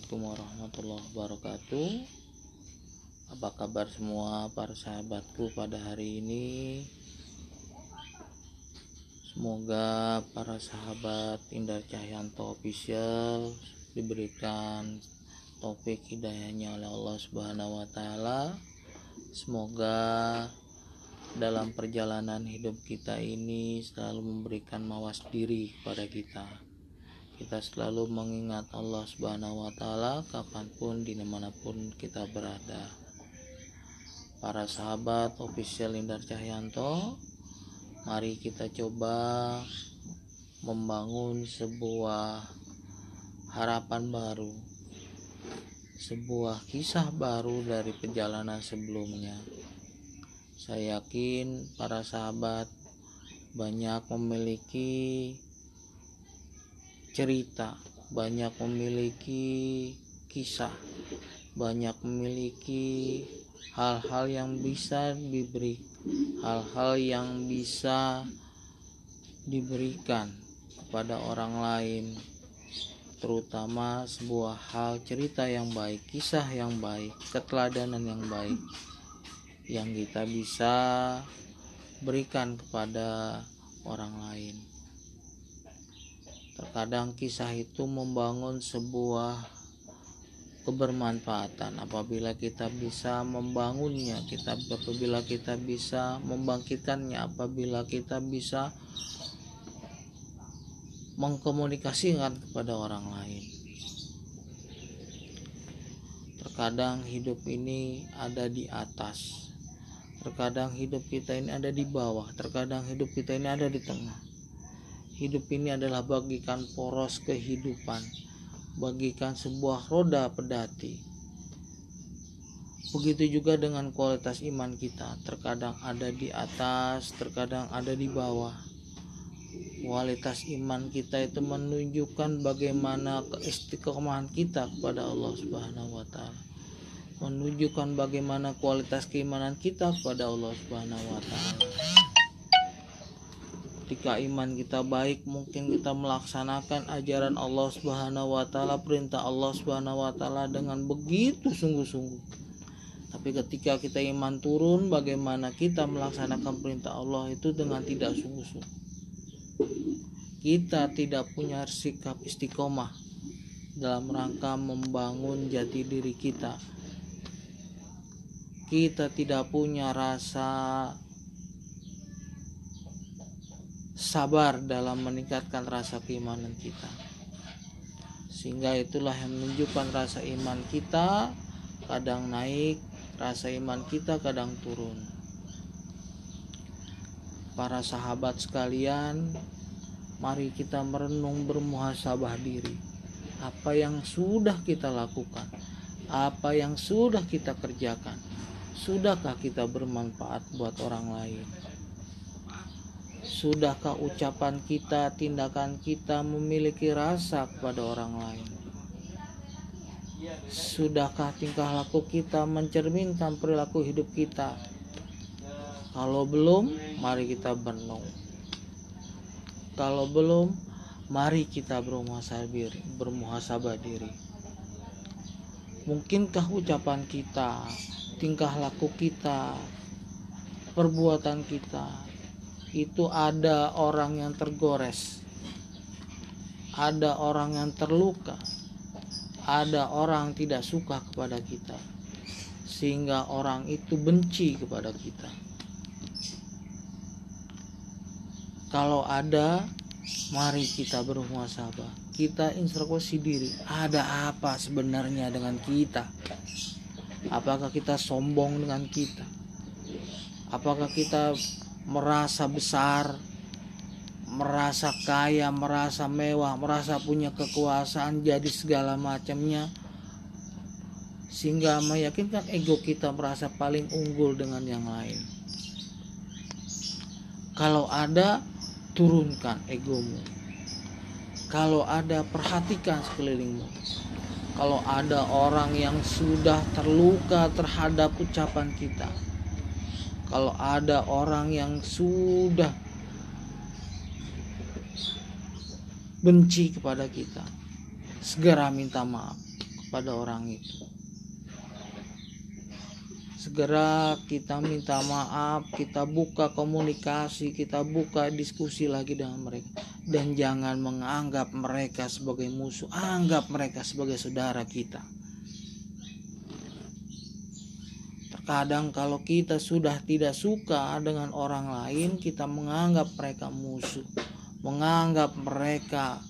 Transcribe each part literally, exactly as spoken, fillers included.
Assalamualaikum warahmatullahi wabarakatuh. Apa kabar semua para sahabatku pada hari ini? Semoga para sahabat Indar Cahyanto Official diberikan taufik hidayahnya oleh Allah Subhanahu wa taala. Semoga dalam perjalanan hidup kita ini selalu memberikan mawas diri kepada kita. Kita selalu mengingat Allah Subhanahu wa taala kapanpun dimanapun kita berada. Para sahabat official Indar Cahyanto, mari kita coba membangun sebuah harapan baru, sebuah kisah baru dari perjalanan sebelumnya. Saya yakin para sahabat banyak memiliki cerita, banyak memiliki kisah, banyak memiliki hal-hal yang bisa diberi, hal-hal yang bisa diberikan kepada orang lain, terutama sebuah hal cerita yang baik, kisah yang baik, keteladanan yang baik yang kita bisa berikan kepada orang lain. Terkadang kisah itu membangun sebuah kebermanfaatan apabila kita bisa membangunnya, kita apabila kita bisa membangkitkannya, apabila kita bisa mengkomunikasikan kepada orang lain. Terkadang hidup ini ada di atas, terkadang hidup kita ini ada di bawah, terkadang hidup kita ini ada di tengah. Hidup ini adalah bagikan poros kehidupan, bagikan sebuah roda pedati. Begitu juga dengan kualitas iman kita, terkadang ada di atas, terkadang ada di bawah. Kualitas iman kita itu menunjukkan bagaimana keistiqomahan kita kepada Allah Subhanahu wa taala. Menunjukkan bagaimana kualitas keimanan kita kepada Allah Subhanahu wa taala. Ketika iman kita baik, mungkin kita melaksanakan ajaran Allah Subhanahu wa taala, perintah Allah Subhanahu wa taala dengan begitu sungguh-sungguh. Tapi ketika kita iman turun, bagaimana kita melaksanakan perintah Allah itu dengan tidak sungguh-sungguh. Kita tidak punya sikap istiqomah dalam rangka membangun jati diri kita. Kita tidak punya rasa sabar dalam meningkatkan rasa keimanan kita, sehingga itulah yang menunjukkan rasa iman kita kadang naik, rasa iman kita kadang turun. Para sahabat sekalian, mari kita merenung, bermuhasabah diri. Apa yang sudah kita lakukan, apa yang sudah kita kerjakan, sudahkah kita bermanfaat buat orang lain? Sudahkah ucapan kita, tindakan kita memiliki rasa kepada orang lain? Sudahkah tingkah laku kita mencerminkan perilaku hidup kita? Kalau belum, mari kita merenung. Kalau belum, mari kita bermuhasabah diri, bermuhasabah diri. Mungkinkah ucapan kita, tingkah laku kita, perbuatan kita itu ada orang yang tergores, ada orang yang terluka, ada orang tidak suka kepada kita, sehingga orang itu benci kepada kita? Kalau ada, mari kita bermuhasabah, kita introspeksi diri. Ada apa sebenarnya dengan kita? Apakah kita sombong dengan kita? Apakah kita merasa besar, merasa kaya, merasa mewah, merasa punya kekuasaan, jadi segala macamnya, sehingga meyakinkan ego kita merasa paling unggul dengan yang lain? Kalau ada, turunkan egomu. Kalau ada, perhatikan sekelilingmu. Kalau ada orang yang sudah terluka terhadap ucapan kita, kalau ada orang yang sudah benci kepada kita, segera minta maaf. pada orang itu. Segera kita minta maaf, kita buka komunikasi, kita buka diskusi lagi dengan mereka. Dan jangan menganggap mereka sebagai musuh, anggap mereka sebagai saudara kita. Terkadang kalau kita sudah tidak suka dengan orang lain, kita menganggap mereka musuh, menganggap mereka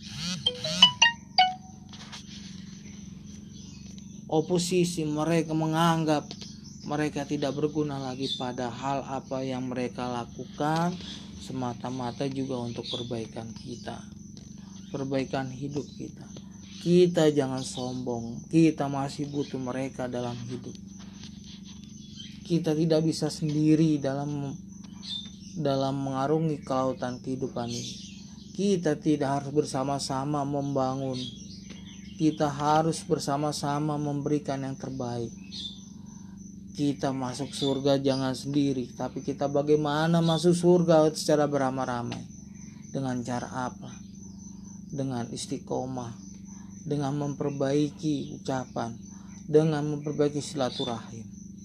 oposisi, mereka menganggap mereka tidak berguna lagi, padahal apa yang mereka lakukan semata-mata juga untuk perbaikan kita, perbaikan hidup kita. Kita jangan sombong, kita masih butuh mereka dalam hidup. Kita tidak bisa sendiri dalam dalam mengarungi kelautan kehidupan ini. Kita tidak harus bersama-sama membangun. Kita harus bersama-sama memberikan yang terbaik. Kita masuk surga jangan sendiri, tapi kita bagaimana masuk surga secara beramai-ramai. Dengan cara apa? Dengan istiqomah, dengan memperbaiki ucapan, dengan memperbaiki silaturahim.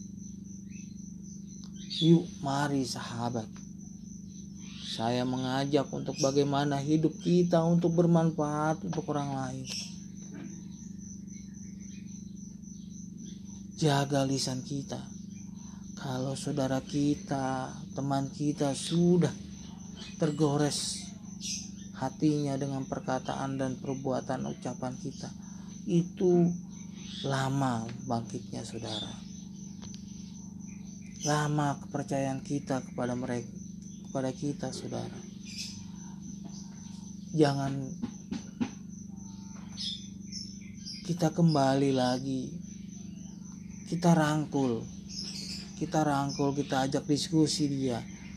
Yuk, mari sahabat, saya mengajak untuk bagaimana hidup kita untuk bermanfaat untuk orang lain. Jaga lisan kita. Kalau saudara kita, teman kita sudah tergores hatinya dengan perkataan dan perbuatan ucapan kita, itu lama bangkitnya saudara. Lama kepercayaan kita kepada mereka, kepada kita saudara. Jangan kita kembali lagi, kita rangkul, kita rangkul, kita ajak diskusi dia,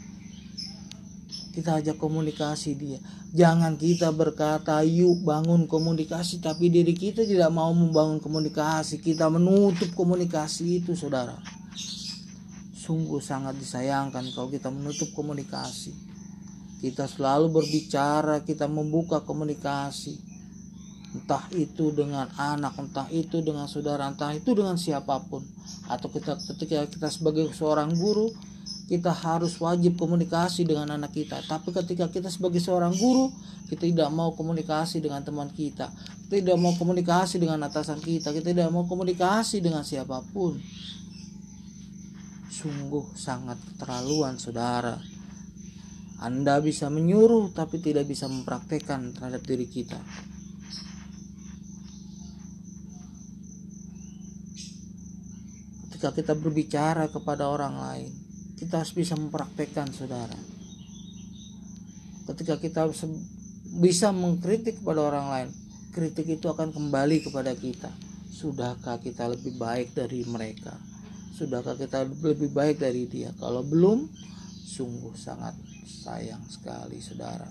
kita ajak komunikasi dia. Jangan kita berkata yuk bangun komunikasi, tapi diri kita tidak mau membangun komunikasi, kita menutup komunikasi itu saudara. Sungguh sangat disayangkan kalau kita menutup komunikasi. Kita selalu berbicara, kita membuka komunikasi, entah itu dengan anak, entah itu dengan saudara, entah itu dengan siapapun. Atau kita ketika kita sebagai seorang guru, kita harus wajib komunikasi dengan anak kita. Tapi ketika kita sebagai seorang guru, kita tidak mau komunikasi dengan teman kita, kita tidak mau komunikasi dengan atasan kita, kita tidak mau komunikasi dengan siapapun. Sungguh sangat keterlaluan saudara. Anda bisa menyuruh tapi tidak bisa mempraktekkan terhadap diri kita. Ketika kita berbicara kepada orang lain, kita harus bisa mempraktekkan saudara. Ketika kita bisa mengkritik kepada orang lain, kritik itu akan kembali kepada kita. Sudahkah kita lebih baik dari mereka? Sudahkah kita lebih baik dari dia? Kalau belum, sungguh sangat sayang sekali saudara.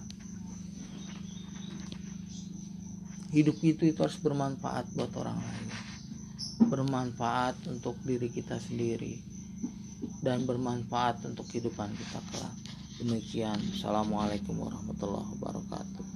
Hidup itu itu harus bermanfaat buat orang lain, bermanfaat untuk diri kita sendiri, dan bermanfaat untuk kehidupan kita kelak. Demikian. Assalamualaikum warahmatullahi wabarakatuh.